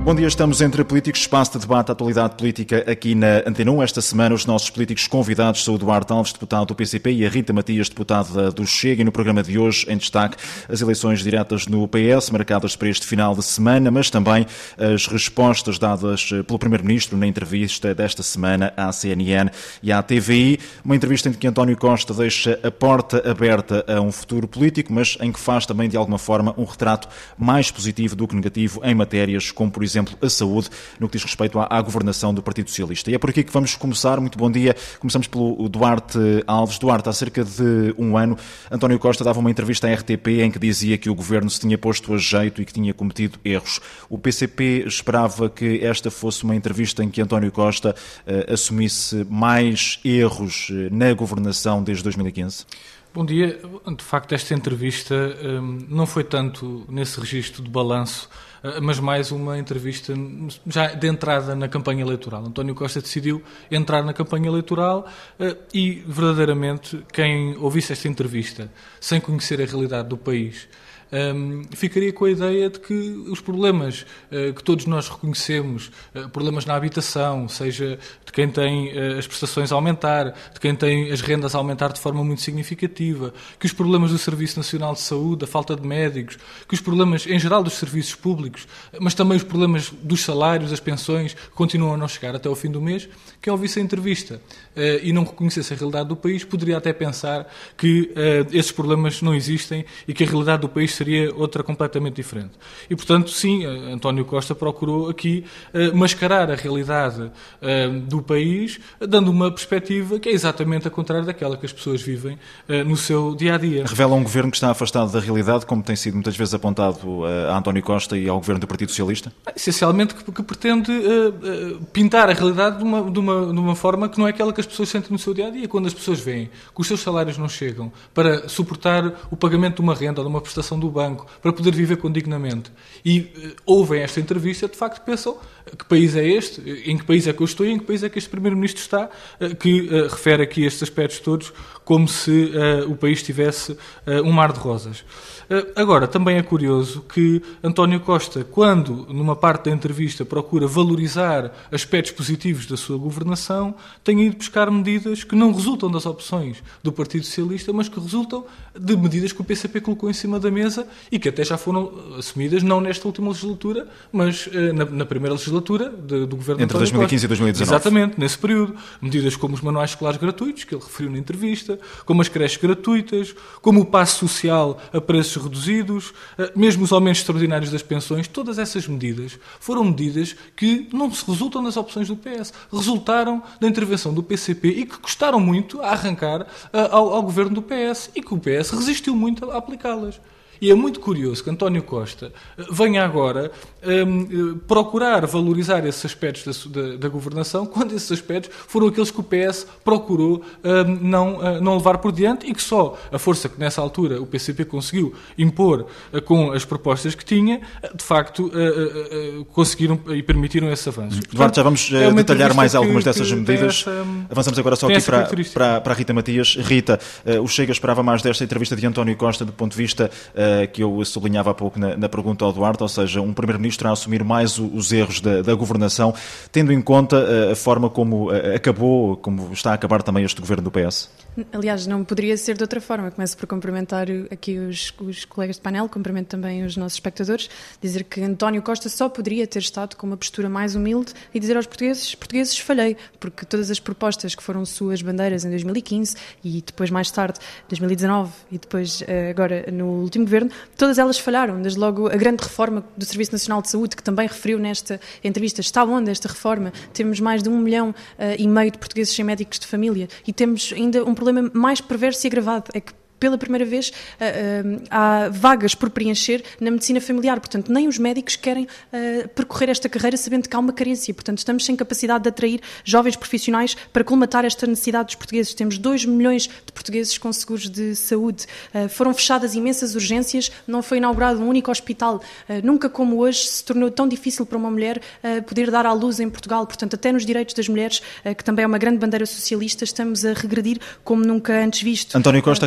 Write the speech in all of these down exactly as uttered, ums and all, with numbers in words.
Bom dia, estamos entre políticos, espaço de debate, atualidade política aqui na Antena um. Esta semana os nossos políticos convidados são o Duarte Alves, deputado do P C P, e a Rita Matias, deputada do Chega. E no programa de hoje, em destaque, as eleições diretas no P S, marcadas para este final de semana, mas também as respostas dadas pelo Primeiro-Ministro na entrevista desta semana à C N N e à T V I. Uma entrevista em que António Costa deixa a porta aberta a um futuro político, mas em que faz também, de alguma forma, um retrato mais positivo do que negativo em matérias como, por exemplo, a saúde, no que diz respeito à, à governação do Partido Socialista. E é por aqui que vamos começar. Muito bom dia. Começamos pelo Duarte Alves. Duarte, há cerca de um ano, António Costa dava uma entrevista à R T P em que dizia que o governo se tinha posto a jeito e que tinha cometido erros. O P C P esperava que esta fosse uma entrevista em que António Costa uh, assumisse mais erros uh, na governação desde dois mil e quinze? Bom dia. De facto, esta entrevista um, não foi tanto nesse registro de balanço, uh, mas mais uma entrevista já de entrada na campanha eleitoral. António Costa decidiu entrar na campanha eleitoral uh, e, verdadeiramente, quem ouvisse esta entrevista sem conhecer a realidade do país, Um, ficaria com a ideia de que os problemas uh, que todos nós reconhecemos, uh, problemas na habitação, seja de quem tem uh, as prestações a aumentar, de quem tem as rendas a aumentar de forma muito significativa, que os problemas do Serviço Nacional de Saúde, a falta de médicos, que os problemas em geral dos serviços públicos, mas também os problemas dos salários, das pensões, continuam a não chegar até ao fim do mês, quem ouvisse a entrevista uh, e não reconhecesse a realidade do país, poderia até pensar que uh, esses problemas não existem e que a realidade do país seria outra completamente diferente. E, portanto, sim, António Costa procurou aqui uh, mascarar a realidade uh, do país, dando uma perspectiva que é exatamente a contrária daquela que as pessoas vivem uh, no seu dia-a-dia. Revela um governo que está afastado da realidade, como tem sido muitas vezes apontado uh, a António Costa e ao governo do Partido Socialista? Essencialmente que, que pretende uh, uh, pintar a realidade de uma, de, uma, de uma forma que não é aquela que as pessoas sentem no seu dia-a-dia. Quando as pessoas veem que os seus salários não chegam para suportar o pagamento de uma renda ou de uma prestação do banco, para poder viver condignamente, e uh, ouvem esta entrevista, de facto pensam que país é este, em que país é que eu estou e em que país é que este Primeiro-Ministro está, uh, que uh, refere aqui estes aspectos todos como se uh, o país tivesse uh, um mar de rosas. Uh, agora, também é curioso que António Costa, quando numa parte da entrevista procura valorizar aspectos positivos da sua governação, tenha ido buscar medidas que não resultam das opções do Partido Socialista, mas que resultam de medidas que o P C P colocou em cima da mesa e que até já foram assumidas, não nesta última legislatura, mas uh, na, na primeira legislatura de, do governo Entre António dois mil e quinze Costa. E dois mil e dezanove. Exatamente, nesse período. Medidas como os manuais escolares gratuitos, que ele referiu na entrevista, como as creches gratuitas, como o passe social a preços reduzidos, uh, mesmo os aumentos extraordinários das pensões, todas essas medidas foram medidas que não se resultam das opções do P S, resultaram da intervenção do P C P e que custaram muito a arrancar uh, ao, ao governo do P S e que o P S resistiu muito a aplicá-las. E é muito curioso que António Costa venha agora um, procurar valorizar esses aspectos da, da, da governação, quando esses aspectos foram aqueles que o P S procurou um, não, uh, não levar por diante e que só a força que nessa altura o P C P conseguiu impor uh, com as propostas que tinha, de facto uh, uh, uh, conseguiram e permitiram esse avanço. Duarte, já vamos é detalhar mais que, algumas dessas medidas. Essa, Avançamos agora só aqui para, para, para a Rita Matias. Rita, uh, o Chega esperava mais desta entrevista de António Costa do ponto de vista uh, que eu sublinhava há pouco na, na pergunta ao Duarte, ou seja, um Primeiro-Ministro a assumir mais o, os erros da, da governação, tendo em conta a, a forma como a, acabou, como está a acabar também este governo do P S? Aliás, não poderia ser de outra forma. Começo por cumprimentar aqui os, os colegas de painel, cumprimento também os nossos espectadores, dizer que António Costa só poderia ter estado com uma postura mais humilde e dizer aos portugueses, portugueses, falhei, porque todas as propostas que foram suas bandeiras em dois mil e quinze e depois mais tarde, dois mil e dezanove e depois agora no último governo, todas elas falharam. Desde logo a grande reforma do Serviço Nacional de Saúde, que também referiu nesta entrevista, está onde esta reforma? Temos mais de um milhão uh, e meio de portugueses sem médicos de família e temos ainda um problema mais perverso e agravado, é que pela primeira vez uh, uh, há vagas por preencher na medicina familiar, portanto nem os médicos querem uh, percorrer esta carreira sabendo que há uma carência, portanto estamos sem capacidade de atrair jovens profissionais para colmatar esta necessidade dos portugueses. Temos dois milhões de portugueses com seguros de saúde, uh, foram fechadas imensas urgências, não foi inaugurado um único hospital, uh, nunca como hoje se tornou tão difícil para uma mulher uh, poder dar à luz em Portugal, portanto até nos direitos das mulheres, uh, que também é uma grande bandeira socialista, estamos a regredir como nunca antes visto. António Costa uh, acabou por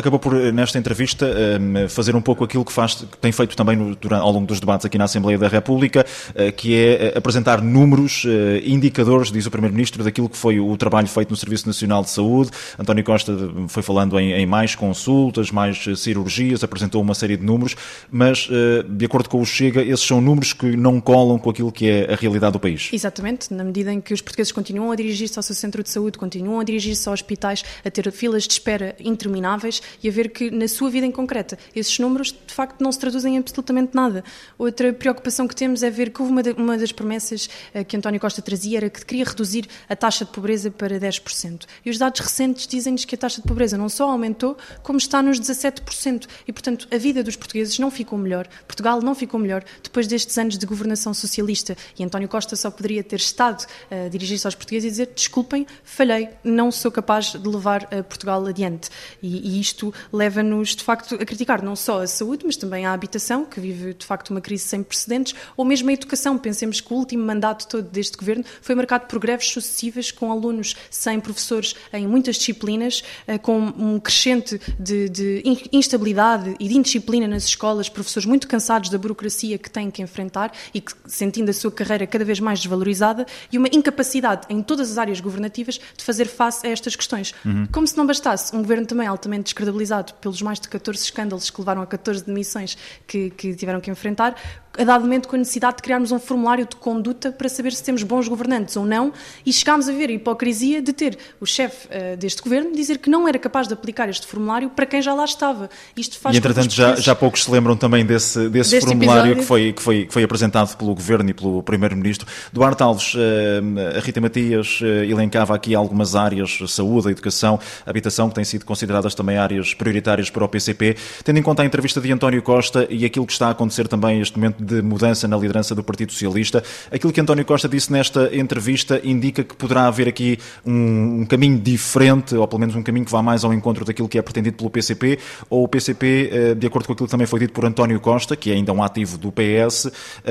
nesta entrevista, fazer um pouco aquilo que, faz, que tem feito também no, durante, ao longo dos debates aqui na Assembleia da República, que é apresentar números, indicadores, diz o Primeiro-Ministro, daquilo que foi o trabalho feito no Serviço Nacional de Saúde. António Costa foi falando em, em mais consultas, mais cirurgias, apresentou uma série de números, mas, de acordo com o Chega, esses são números que não colam com aquilo que é a realidade do país. Exatamente, na medida em que os portugueses continuam a dirigir-se ao seu centro de saúde, continuam a dirigir-se aos hospitais, a ter filas de espera intermináveis e a ver que, na sua vida em concreta, esses números, de facto, não se traduzem em absolutamente nada. Outra preocupação que temos é ver que uma, de, uma das promessas uh, que António Costa trazia era que queria reduzir a taxa de pobreza para dez por cento. E os dados recentes dizem-nos que a taxa de pobreza não só aumentou, como está nos dezassete por cento. E, portanto, a vida dos portugueses não ficou melhor, Portugal não ficou melhor depois destes anos de governação socialista. E António Costa só poderia ter estado a dirigir-se aos portugueses e dizer: desculpem, falhei, não sou capaz de levar a Portugal adiante. E, e isto leva-nos, de facto, a criticar não só a saúde, mas também a habitação, que vive, de facto, uma crise sem precedentes, ou mesmo a educação. Pensemos que o último mandato todo deste governo foi marcado por greves sucessivas, com alunos sem professores em muitas disciplinas, com um crescente de, de instabilidade e de indisciplina nas escolas, professores muito cansados da burocracia que têm que enfrentar e que, sentindo a sua carreira cada vez mais desvalorizada, e uma incapacidade em todas as áreas governativas de fazer face a estas questões. Uhum. Como se não bastasse, um governo também altamente descredibilizado pelos mais de catorze escândalos que levaram a catorze demissões que, que tiveram que enfrentar, a dado momento com a necessidade de criarmos um formulário de conduta para saber se temos bons governantes ou não, e chegámos a ver a hipocrisia de ter o chefe uh, deste governo dizer que não era capaz de aplicar este formulário para quem já lá estava. Isto faz e, entretanto, já, já poucos se lembram também desse, desse formulário que foi, que, foi, que foi apresentado pelo Governo e pelo Primeiro-Ministro. Duarte Alves, uh, a Rita Matias uh, elencava aqui algumas áreas, a saúde, a educação, a habitação, que têm sido consideradas também áreas prioritárias para o P C P. Tendo em conta a entrevista de António Costa e aquilo que está a acontecer também neste momento de mudança na liderança do Partido Socialista, aquilo que António Costa disse nesta entrevista indica que poderá haver aqui um, um caminho diferente, ou pelo menos um caminho que vá mais ao encontro daquilo que é pretendido pelo P C P, ou o P C P, de acordo com aquilo que também foi dito por António Costa, que é ainda um ativo do P S,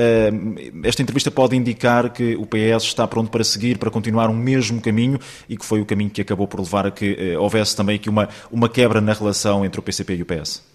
esta entrevista pode indicar que o P S está pronto para seguir, para continuar um mesmo caminho, e que foi o caminho que acabou por levar a que houvesse também aqui uma, uma quebra na relação entre o P C P e o P S.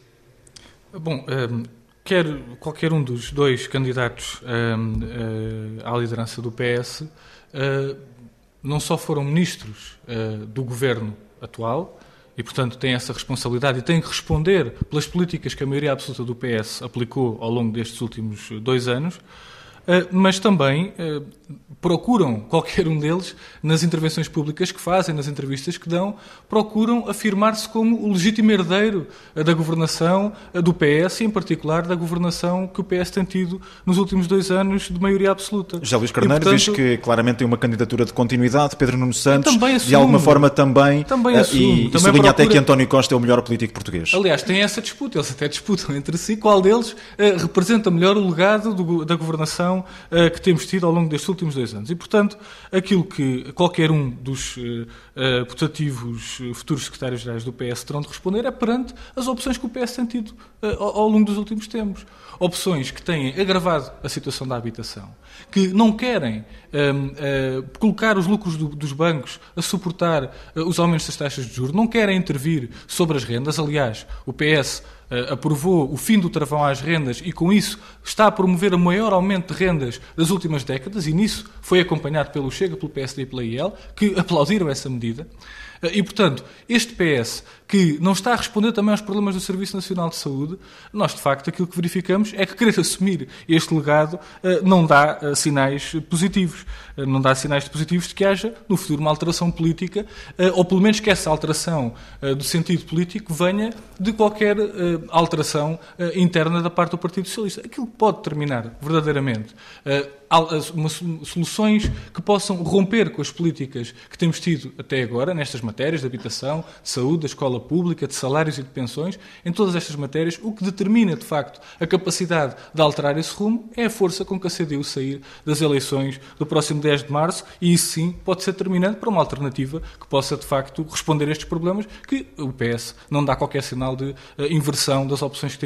Bom, um... quer qualquer um dos dois candidatos um, uh, à liderança do P S uh, não só foram ministros uh, do governo atual e, portanto, têm essa responsabilidade e têm que responder pelas políticas que a maioria absoluta do P S aplicou ao longo destes últimos dois anos, uh, mas também uh, procuram, qualquer um deles, nas intervenções públicas que fazem, nas entrevistas que dão, procuram afirmar-se como o legítimo herdeiro da governação do P S e, em particular, da governação que o P S tem tido nos últimos dois anos de maioria absoluta. Já Luís Carneiro, e, portanto, diz que claramente tem uma candidatura de continuidade. Pedro Nuno Santos, assumo, de alguma forma, também, também uh, assumo, e, também e sublinha procura... até que António Costa é o melhor político português. Aliás, tem essa disputa. Eles até disputam entre si qual deles uh, representa melhor o legado do, da governação uh, que temos tido ao longo destes últimos dois anos. E, portanto, aquilo que qualquer um dos uh, uh, putativos futuros secretários-gerais do P S terão de responder é perante as opções que o P S tem tido uh, ao, ao longo dos últimos tempos. Opções que têm agravado a situação da habitação, que não querem um, uh, colocar os lucros do, dos bancos a suportar uh, os aumentos das taxas de juros, não querem intervir sobre as rendas. Aliás, o P S Uh, aprovou o fim do travão às rendas e, com isso, está a promover o maior aumento de rendas das últimas décadas, e nisso foi acompanhado pelo Chega, pelo P S D e pela I L, que aplaudiram essa medida. Uh, e, portanto, este P S, que não está a responder também aos problemas do Serviço Nacional de Saúde, nós, de facto, aquilo que verificamos é que querer assumir este legado uh, não dá uh, sinais positivos. Uh, não dá sinais positivos de que haja, no futuro, uma alteração política, uh, ou pelo menos que essa alteração uh, do sentido político venha de qualquer uh, alteração uh, interna da parte do Partido Socialista. Aquilo que pode determinar, verdadeiramente, uh, uma, soluções que possam romper com as políticas que temos tido até agora, nestas matérias de habitação, de saúde, da escola pública, de salários e de pensões, em todas estas matérias, o que determina, de facto, a capacidade de alterar esse rumo é a força com que a C D U sair das eleições do próximo dez de março, e isso sim pode ser determinante para uma alternativa que possa, de facto, responder a estes problemas que o P S não dá qualquer sinal de uh, inversão das opções que tem tido.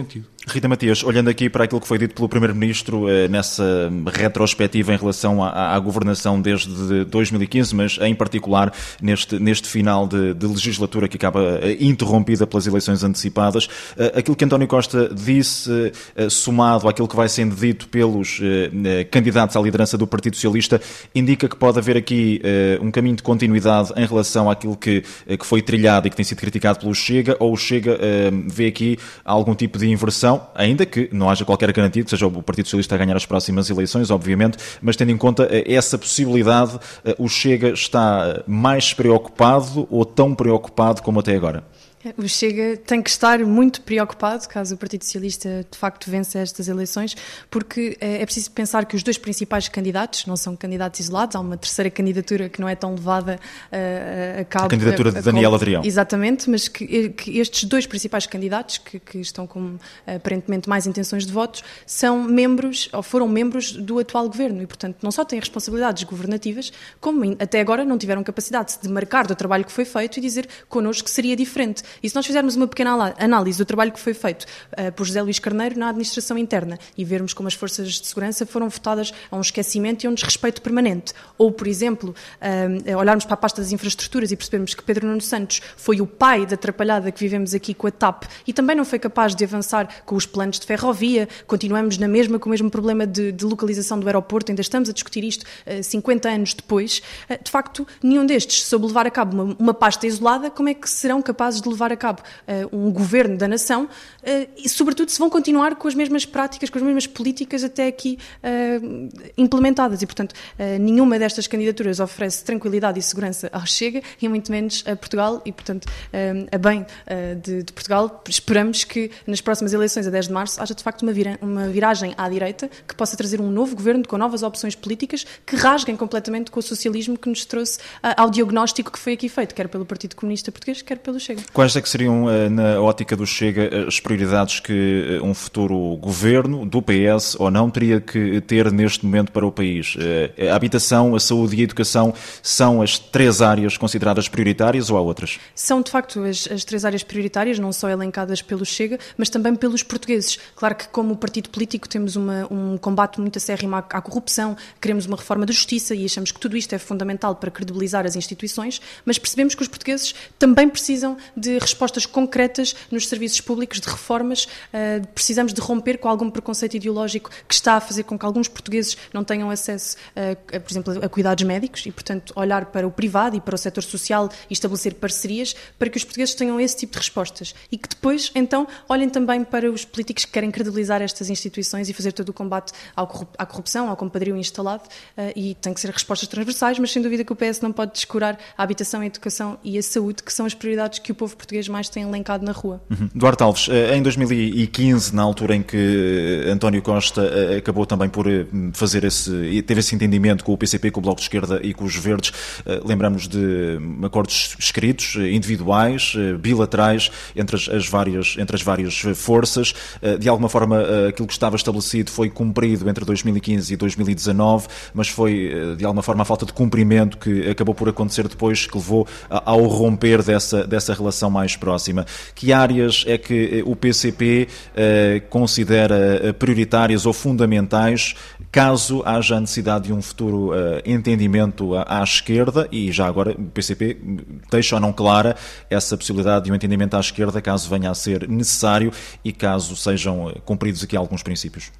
Rita Matias, olhando aqui para aquilo que foi dito pelo Primeiro-Ministro nessa retrospectiva em relação à, à governação desde dois mil e quinze, mas em particular neste, neste final de, de legislatura que acaba interrompida pelas eleições antecipadas, aquilo que António Costa disse, somado àquilo que vai sendo dito pelos candidatos à liderança do Partido Socialista, indica que pode haver aqui um caminho de continuidade em relação àquilo que, que foi trilhado e que tem sido criticado pelo Chega, ou o Chega vê aqui algum tipo de inversão, ainda que não haja qualquer garantia que seja o Partido Socialista a ganhar as próximas eleições, obviamente, mas tendo em conta essa possibilidade, o Chega está mais preocupado ou tão preocupado como até agora? O Chega tem que estar muito preocupado caso o Partido Socialista de facto vença estas eleições, porque é preciso pensar que os dois principais candidatos não são candidatos isolados, há uma terceira candidatura que não é tão levada uh, a cabo. A candidatura de Daniel Adrião. Exatamente, mas que, que estes dois principais candidatos, que, que estão com aparentemente mais intenções de votos, são membros, ou foram membros do atual governo e, portanto, não só têm responsabilidades governativas, como até agora não tiveram capacidade de marcar do trabalho que foi feito e dizer connosco que seria diferente. E se nós fizermos uma pequena análise do trabalho que foi feito uh, por José Luís Carneiro na administração interna e vermos como as forças de segurança foram votadas a um esquecimento e a um desrespeito permanente, ou, por exemplo, uh, olharmos para a pasta das infraestruturas e percebermos que Pedro Nuno Santos foi o pai da atrapalhada que vivemos aqui com a T A P e também não foi capaz de avançar com os planos de ferrovia, continuamos na mesma com o mesmo problema de, de localização do aeroporto, ainda estamos a discutir isto uh, cinquenta anos depois. Uh, de facto, nenhum destes soube levar a cabo uma, uma pasta isolada, como é que serão capazes de levar a cabo uh, um governo da nação uh, e, sobretudo, se vão continuar com as mesmas práticas, com as mesmas políticas até aqui uh, implementadas. E, portanto, uh, nenhuma destas candidaturas oferece tranquilidade e segurança ao Chega e muito menos a Portugal e, portanto, uh, a bem uh, de, de Portugal, esperamos que nas próximas eleições, a dez de março, haja de facto uma, vira, uma viragem à direita que possa trazer um novo governo com novas opções políticas que rasguem completamente com o socialismo que nos trouxe uh, ao diagnóstico que foi aqui feito, quer pelo Partido Comunista Português, quer pelo Chega. Quais é que seriam, na ótica do Chega, as prioridades que um futuro governo, do P S ou não, teria que ter neste momento para o país? A habitação, a saúde e a educação são as três áreas consideradas prioritárias ou há outras? São, de facto, as, as três áreas prioritárias, não só elencadas pelo Chega, mas também pelos portugueses. Claro que, como partido político, temos uma, um combate muito acérrimo à, à corrupção, queremos uma reforma da justiça e achamos que tudo isto é fundamental para credibilizar as instituições, mas percebemos que os portugueses também precisam de respostas concretas nos serviços públicos, de reformas. Uh, precisamos de romper com algum preconceito ideológico que está a fazer com que alguns portugueses não tenham acesso, uh, a, por exemplo, a cuidados médicos e, portanto, olhar para o privado e para o setor social e estabelecer parcerias para que os portugueses tenham esse tipo de respostas e que depois, então, olhem também para os políticos que querem credibilizar estas instituições e fazer todo o combate ao corrup- à corrupção, ao compadrio instalado, uh, e tem que ser respostas transversais, mas sem dúvida que o P S não pode descurar a habitação, a educação e a saúde, que são as prioridades que o povo português mais tem elencado na rua. Uhum. Duarte Alves, em dois mil e quinze, na altura em que António Costa acabou também por fazer esse, teve esse entendimento com o P C P, com o Bloco de Esquerda e com os Verdes, lembramos de acordos escritos, individuais, bilaterais, entre as, as, várias, entre as várias forças. De alguma forma, aquilo que estava estabelecido foi cumprido entre dois mil e quinze e dois mil e dezanove, mas foi, de alguma forma, a falta de cumprimento que acabou por acontecer depois, que levou ao romper dessa, dessa relação mais próxima. Que áreas é que o P C P eh, considera prioritárias ou fundamentais caso haja a necessidade de um futuro eh, entendimento à, à esquerda, e já agora o P C P deixa ou não clara essa possibilidade de um entendimento à esquerda caso venha a ser necessário e caso sejam cumpridos aqui alguns princípios?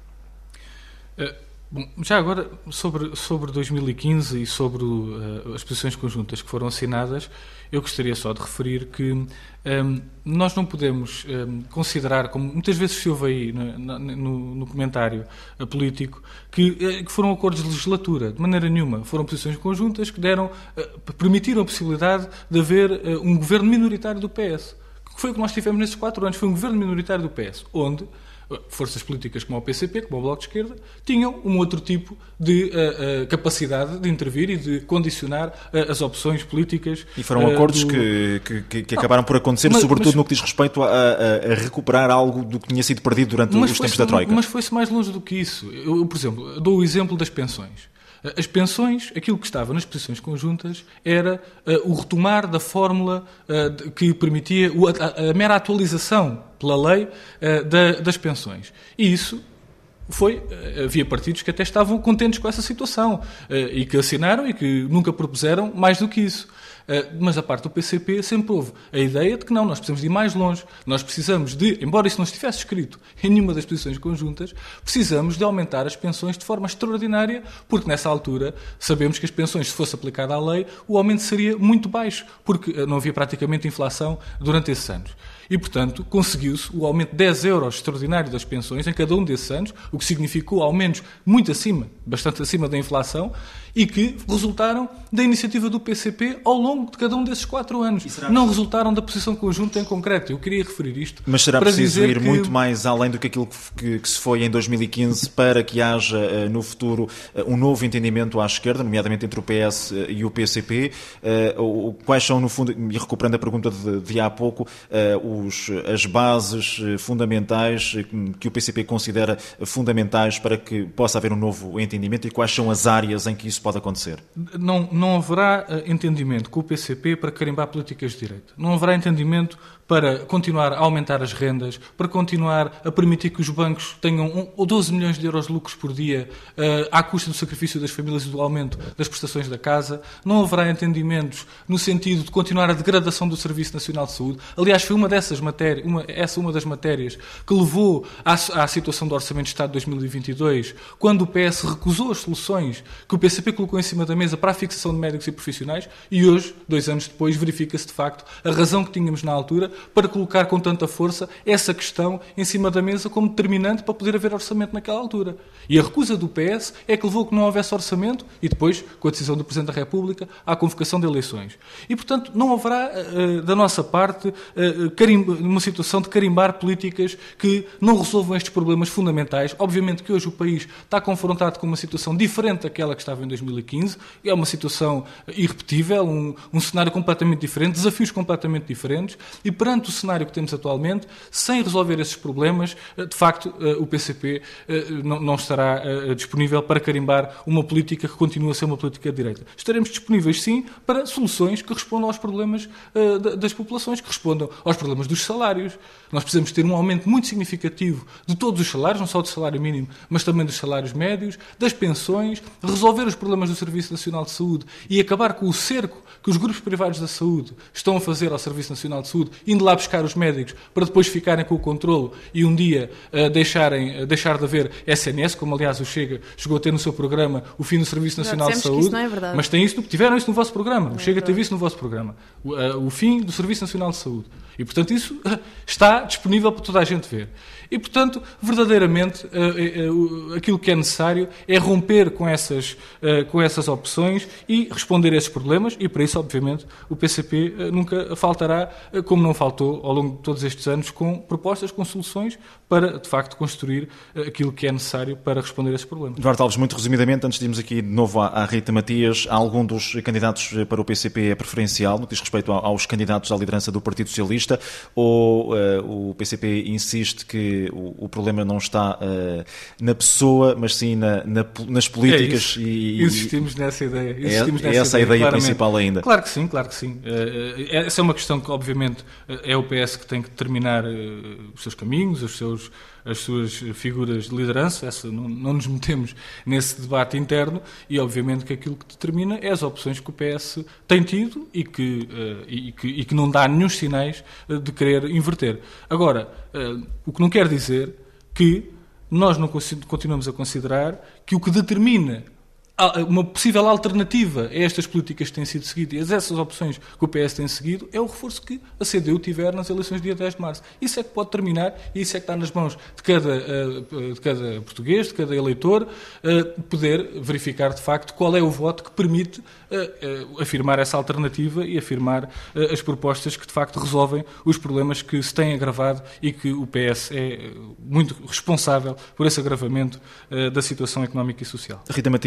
Uh, bom, já agora, sobre, sobre dois mil e quinze e sobre uh, as posições conjuntas que foram assinadas, eu gostaria só de referir que um, nós não podemos um, considerar, como muitas vezes se ouve aí no, no, no comentário uh, político, que, uh, que foram acordos de legislatura. De maneira nenhuma. Foram posições conjuntas que deram, uh, permitiram a possibilidade de haver uh, um governo minoritário do P S. Que foi o que nós tivemos nesses quatro anos. Foi um governo minoritário do P S, onde forças políticas como o P C P, como o Bloco de Esquerda, tinham um outro tipo de uh, uh, capacidade de intervir e de condicionar uh, as opções políticas. E foram uh, acordos do... que, que, que acabaram por acontecer, mas, sobretudo mas, no que diz respeito a, a, a recuperar algo do que tinha sido perdido durante os tempos da Troika. Mas foi-se mais longe do que isso. Eu, eu, por exemplo, dou o exemplo das pensões. As pensões, aquilo que estava nas posições conjuntas era uh, o retomar da fórmula uh, que permitia a, a, a mera atualização pela lei uh, da, das pensões. E isso foi, havia partidos que até estavam contentes com essa situação uh, e que assinaram e que nunca propuseram mais do que isso. Uh, mas a parte do P C P sempre houve a ideia de que não, nós precisamos de ir mais longe. Nós precisamos de, embora isso não estivesse escrito em nenhuma das posições conjuntas, precisamos de aumentar as pensões de forma extraordinária, porque nessa altura sabemos que as pensões, se fosse aplicada à lei, o aumento seria muito baixo, porque uh, não havia praticamente inflação durante esses anos. E, portanto, conseguiu-se o aumento de dez euros extraordinário das pensões em cada um desses anos, o que significou aumentos muito acima, bastante acima da inflação, e que resultaram da iniciativa do P C P ao longo de cada um desses quatro anos. Não resultaram da posição conjunta em concreto. Eu queria referir isto. Mas será para preciso dizer ir que... muito mais além do que aquilo que, que se foi em dois mil e quinze para que haja uh, no futuro uh, um novo entendimento à esquerda, nomeadamente entre o P S uh, e o P C P. Uh, quais são, no fundo, e recuperando a pergunta de, de há pouco, uh, os, as bases fundamentais que o P C P considera fundamentais para que possa haver um novo entendimento e quais são as áreas em que isso pode acontecer? Não, não haverá uh, entendimento com o P C P para carimbar políticas de direita. Não haverá entendimento para continuar a aumentar as rendas, para continuar a permitir que os bancos tenham um, ou doze milhões de euros de lucros por dia uh, à custa do sacrifício das famílias e do aumento das prestações da casa. Não haverá entendimentos no sentido de continuar a degradação do Serviço Nacional de Saúde. Aliás, foi uma dessas matérias, uma, essa uma das matérias que levou à, à situação do Orçamento de Estado de dois mil e vinte e dois, quando o P S recusou as soluções que o P C P colocou em cima da mesa para a fixação de médicos e profissionais, e hoje, dois anos depois, verifica-se de facto a razão que tínhamos na altura para colocar com tanta força essa questão em cima da mesa como determinante para poder haver orçamento naquela altura. E a recusa do P S é que levou que não houvesse orçamento e depois, com a decisão do Presidente da República, à convocação de eleições. E, portanto, não haverá, uh, da nossa parte, uh, carimba, uma situação de carimbar políticas que não resolvam estes problemas fundamentais. Obviamente que hoje o país está confrontado com uma situação diferente daquela que estava em dois mil e quinze. É uma situação irrepetível, um, um cenário completamente diferente, desafios completamente diferentes, e perante o cenário que temos atualmente, sem resolver esses problemas, de facto, o P C P não estará disponível para carimbar uma política que continua a ser uma política de direita. Estaremos disponíveis, sim, para soluções que respondam aos problemas das populações, que respondam aos problemas dos salários. Nós precisamos ter um aumento muito significativo de todos os salários, não só do salário mínimo, mas também dos salários médios, das pensões, resolver os problemas do Serviço Nacional de Saúde e acabar com o cerco que os grupos privados da saúde estão a fazer ao Serviço Nacional de Saúde, indo lá buscar os médicos para depois ficarem com o controle e um dia uh, deixarem, uh, deixar de haver S N S, como aliás o Chega chegou a ter no seu programa o fim do Serviço Nacional de Saúde. Não é verdade. Mas tem isso, tiveram isso no vosso programa. Não o Chega é teve isso no vosso programa. O, uh, o fim do Serviço Nacional de Saúde. E, portanto, isso uh, está disponível para toda a gente ver. E, portanto, verdadeiramente, uh, uh, aquilo que é necessário é romper com essas, uh, com essas opções e responder a esses problemas, e para isso, obviamente, o P C P uh, nunca faltará, uh, como não faltou ao longo de todos estes anos, com propostas, com soluções para, de facto, construir uh, aquilo que é necessário para responder a esses problemas. Duarte Alves, muito resumidamente, antes de irmos aqui de novo à, à Rita Matias, algum dos candidatos para o P C P é preferencial no que diz respeito aos candidatos à liderança do Partido Socialista, ou uh, o P C P insiste que o, o problema não está uh, na pessoa, mas sim na, na, nas políticas? É e, Insistimos nessa ideia. Insistimos é, nessa é essa ideia, a ideia claramente. principal ainda? Claro que sim, claro que sim. Uh, essa é uma questão que, obviamente, é o P S que tem que determinar uh, os seus caminhos, os seus, as suas figuras de liderança. Essa, não, não nos metemos nesse debate interno e, obviamente, que aquilo que determina é as opções que o P S tem tido e que, uh, e que, e que não dá nenhum sinais uh, de querer inverter. Agora, uh, o que não quer dizer que nós não continuamos a considerar que o que determina uma possível alternativa a estas políticas que têm sido seguidas, e essas opções que o P S tem seguido, é o reforço que a C D U tiver nas eleições do dia dez de março. Isso é que pode terminar e isso é que está nas mãos de cada, de cada português, de cada eleitor, poder verificar de facto qual é o voto que permite afirmar essa alternativa e afirmar as propostas que de facto resolvem os problemas que se têm agravado e que o P S é muito responsável por esse agravamento da situação económica e social. Rita Matias,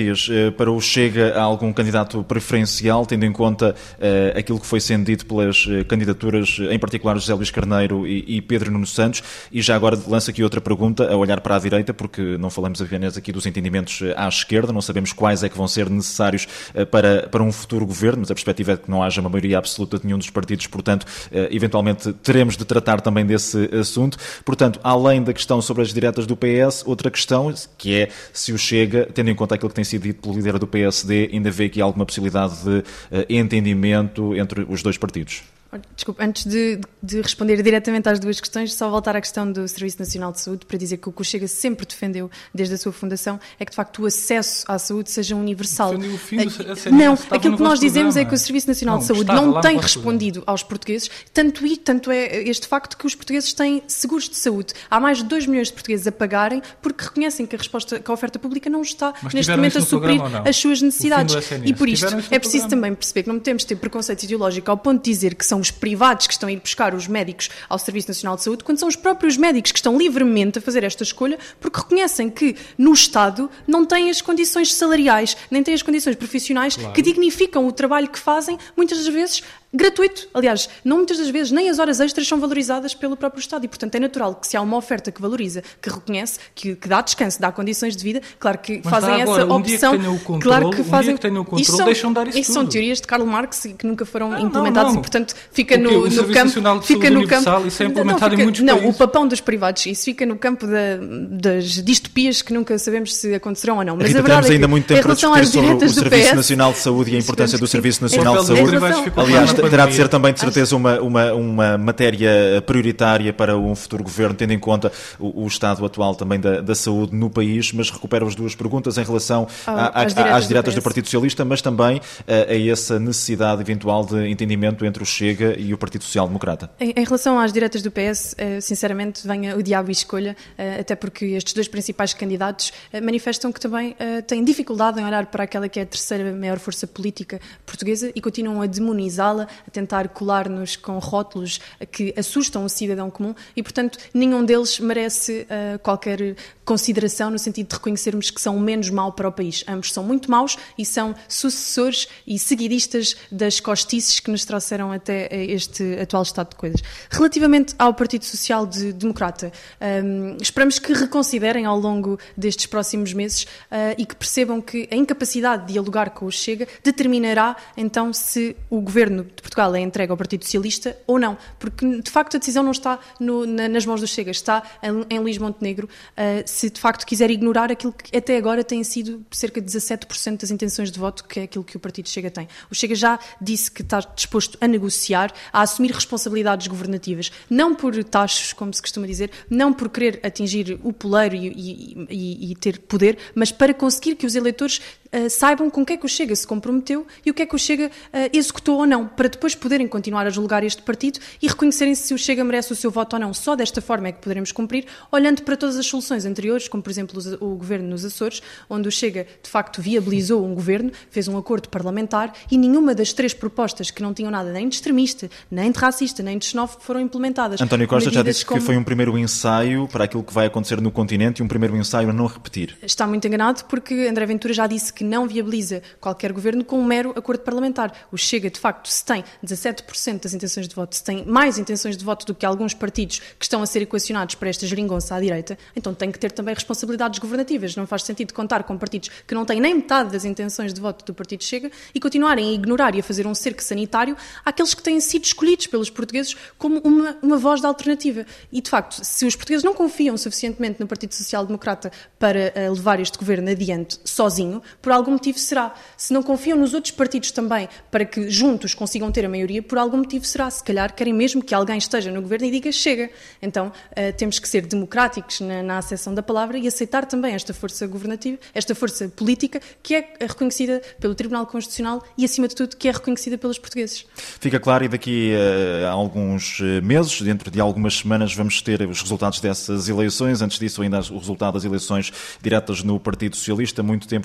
para o Chega há algum candidato preferencial, tendo em conta uh, aquilo que foi sendo dito pelas uh, candidaturas, em particular José Luís Carneiro e, e Pedro Nuno Santos? E já agora lanço aqui outra pergunta, a olhar para a direita, porque não falamos apenas aqui dos entendimentos à esquerda, não sabemos quais é que vão ser necessários uh, para, para um futuro governo, mas a perspectiva é que não haja uma maioria absoluta de nenhum dos partidos, portanto, uh, eventualmente teremos de tratar também desse assunto. Portanto, além da questão sobre as diretas do P S, outra questão, que é se o Chega, tendo em conta aquilo que tem sido dito pelo líder do P S D, ainda vê aqui alguma possibilidade de uh, entendimento entre os dois partidos. Desculpe, antes de, de responder diretamente às duas questões, só voltar à questão do Serviço Nacional de Saúde para dizer que o que o Chega sempre defendeu desde a sua fundação é que de facto o acesso à saúde seja universal. Defendeu o fim do, a não, aquilo que nós dizemos programa. é que o Serviço Nacional não, de Saúde não tem respondido programa. aos portugueses, tanto, e, tanto é este facto que os portugueses têm seguros de saúde. Há mais de dois milhões de portugueses a pagarem porque reconhecem que a, resposta, que a oferta pública não está Mas neste momento a suprir as suas necessidades. E por isto é preciso programa. também perceber que não temos de ter preconceito ideológico ao ponto de dizer que são os privados que estão a ir buscar os médicos ao Serviço Nacional de Saúde, quando são os próprios médicos que estão livremente a fazer esta escolha, porque reconhecem que no Estado não têm as condições salariais, nem têm as condições profissionais claro. que dignificam o trabalho que fazem, muitas das vezes gratuito. Aliás, não muitas das vezes nem as horas extras são valorizadas pelo próprio Estado e, portanto, é natural que se há uma oferta que valoriza, que reconhece, que, que dá descanso, dá condições de vida, claro que Mas fazem agora, essa um opção. Dia que tenha o controle, claro que fazem. Um dia que tenham o controle, isso são, deixam dar isso, isso tudo. são teorias de Karl Marx que nunca foram não, implementadas não, não. e, portanto, fica no, o no campo. Fica no campo. Isso é implementado não, fica, em muitos não, países. o papão dos privados, isso fica no campo da, das distopias que nunca sabemos se acontecerão ou não. Mas Rita, a verdade temos é que, ainda muito tempo para discutir sobre o Serviço P S, Nacional de Saúde e a importância do Serviço Nacional de Saúde. Aliás, terá de ser também, de certeza, uma, uma, uma matéria prioritária para um futuro governo, tendo em conta o, o estado atual também da, da saúde no país, mas recupero as duas perguntas em relação oh, a, a, às diretas, às diretas do, do Partido Socialista, mas também a, a essa necessidade eventual de entendimento entre o Chega e o Partido Social Democrata. Em, em relação às diretas do P S, sinceramente, venha o diabo e escolha, até porque estes dois principais candidatos manifestam que também têm dificuldade em olhar para aquela que é a terceira maior força política portuguesa e continuam a demonizá-la, a tentar colar-nos com rótulos que assustam o cidadão comum e, portanto, nenhum deles merece uh, qualquer consideração no sentido de reconhecermos que são o menos mau para o país. Ambos são muito maus e são sucessores e seguidistas das costices que nos trouxeram até este atual estado de coisas. Relativamente ao Partido Social de Democrata, um, esperamos que reconsiderem ao longo destes próximos meses uh, e que percebam que a incapacidade de dialogar com o Chega determinará então se o governo de Portugal é entregue ao Partido Socialista ou não, porque de facto a decisão não está no, na, nas mãos do Chega, está em, em Luís Montenegro, uh, se de facto quiser ignorar aquilo que até agora tem sido cerca de dezassete por cento das intenções de voto, que é aquilo que o Partido Chega tem. O Chega já disse que está disposto a negociar, a assumir responsabilidades governativas, não por tachos, como se costuma dizer, não por querer atingir o poleiro e, e, e, e ter poder, mas para conseguir que os eleitores uh, saibam com o que é que o Chega se comprometeu e o que é que o Chega uh, executou ou não, para depois poderem continuar a julgar este partido e reconhecerem se o Chega merece o seu voto ou não. Só desta forma é que poderemos cumprir, olhando para todas as soluções anteriores, como por exemplo o governo nos Açores, onde o Chega de facto viabilizou um governo, fez um acordo parlamentar e nenhuma das três propostas que não tinham nada nem de extremista, nem de racista, nem de xenófobo foram implementadas. António Costa já disse como... que foi um primeiro ensaio para aquilo que vai acontecer no continente e um primeiro ensaio a não repetir. Está muito enganado porque André Ventura já disse que não viabiliza qualquer governo com um mero acordo parlamentar. O Chega, de facto, se tem dezassete por cento das intenções de voto, se tem mais intenções de voto do que alguns partidos que estão a ser equacionados para esta geringonça à direita, então tem que ter também responsabilidades governativas. Não faz sentido contar com partidos que não têm nem metade das intenções de voto do Partido Chega e continuarem a ignorar e a fazer um cerco sanitário àqueles que têm sido escolhidos pelos portugueses como uma, uma voz de alternativa. E, de facto, se os portugueses não confiam suficientemente no Partido Social Democrata para uh, levar este governo adiante sozinho, por algum motivo será. Se não confiam nos outros partidos também para que juntos consigam ter a maioria, por algum motivo será. Se calhar querem mesmo que alguém esteja no governo e diga chega. Então uh, temos que ser democráticos na, na acessão da palavra e aceitar também esta força governativa, esta força política que é reconhecida pelo Tribunal Constitucional e, acima de tudo, que é reconhecida pelos portugueses. Fica claro, e daqui a alguns meses, dentro de algumas semanas, vamos ter os resultados dessas eleições. Antes disso, ainda o resultado das eleições diretas no Partido Socialista. Muito tempo vamos ter também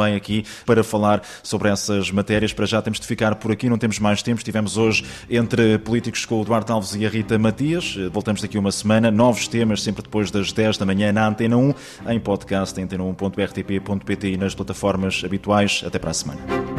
também aqui para falar sobre essas matérias. Para já temos de ficar por aqui, não temos mais tempo. Estivemos hoje entre políticos com o Duarte Alves e a Rita Matias. Voltamos daqui uma semana. Novos temas, sempre depois das dez da manhã na Antena um, em podcast, em antena um ponto r t p ponto p t e nas plataformas habituais. Até para a semana.